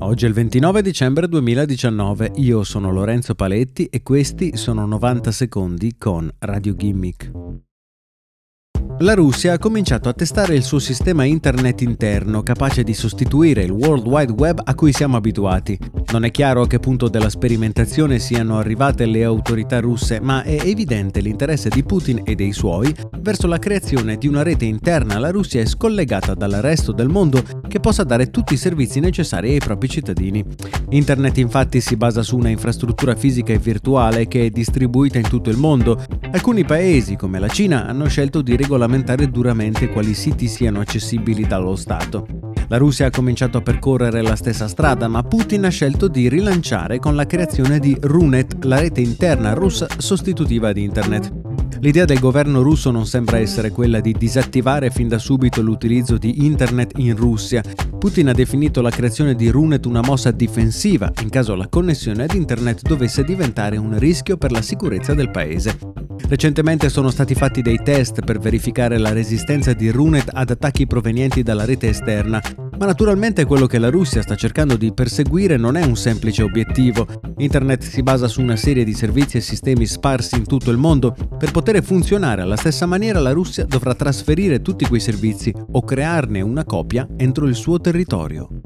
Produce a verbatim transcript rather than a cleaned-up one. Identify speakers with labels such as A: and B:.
A: Oggi è il ventinove dicembre duemiladiciannove, io sono Lorenzo Paletti e questi sono novanta secondi con Radio Gimmick. La Russia ha cominciato a testare il suo sistema internet interno, capace di sostituire il World Wide Web a cui siamo abituati. Non è chiaro a che punto della sperimentazione siano arrivate le autorità russe, ma è evidente l'interesse di Putin e dei suoi verso la creazione di una rete interna alla Russia e scollegata dal resto del mondo che possa dare tutti i servizi necessari ai propri cittadini. Internet infatti si basa su una infrastruttura fisica e virtuale che è distribuita in tutto il mondo. Alcuni paesi, come la Cina, hanno scelto di regolamentare duramente quali siti siano accessibili dallo Stato. La Russia ha cominciato a percorrere la stessa strada, ma Putin ha scelto di rilanciare con la creazione di Runet, la rete interna russa sostitutiva di Internet. L'idea del governo russo non sembra essere quella di disattivare fin da subito l'utilizzo di Internet in Russia. Putin ha definito la creazione di Runet una mossa difensiva in caso la connessione ad Internet dovesse diventare un rischio per la sicurezza del paese. Recentemente sono stati fatti dei test per verificare la resistenza di Runet ad attacchi provenienti dalla rete esterna, ma naturalmente quello che la Russia sta cercando di perseguire non è un semplice obiettivo. Internet si basa su una serie di servizi e sistemi sparsi in tutto il mondo. Per poter funzionare alla stessa maniera la Russia dovrà trasferire tutti quei servizi o crearne una copia entro il suo territorio.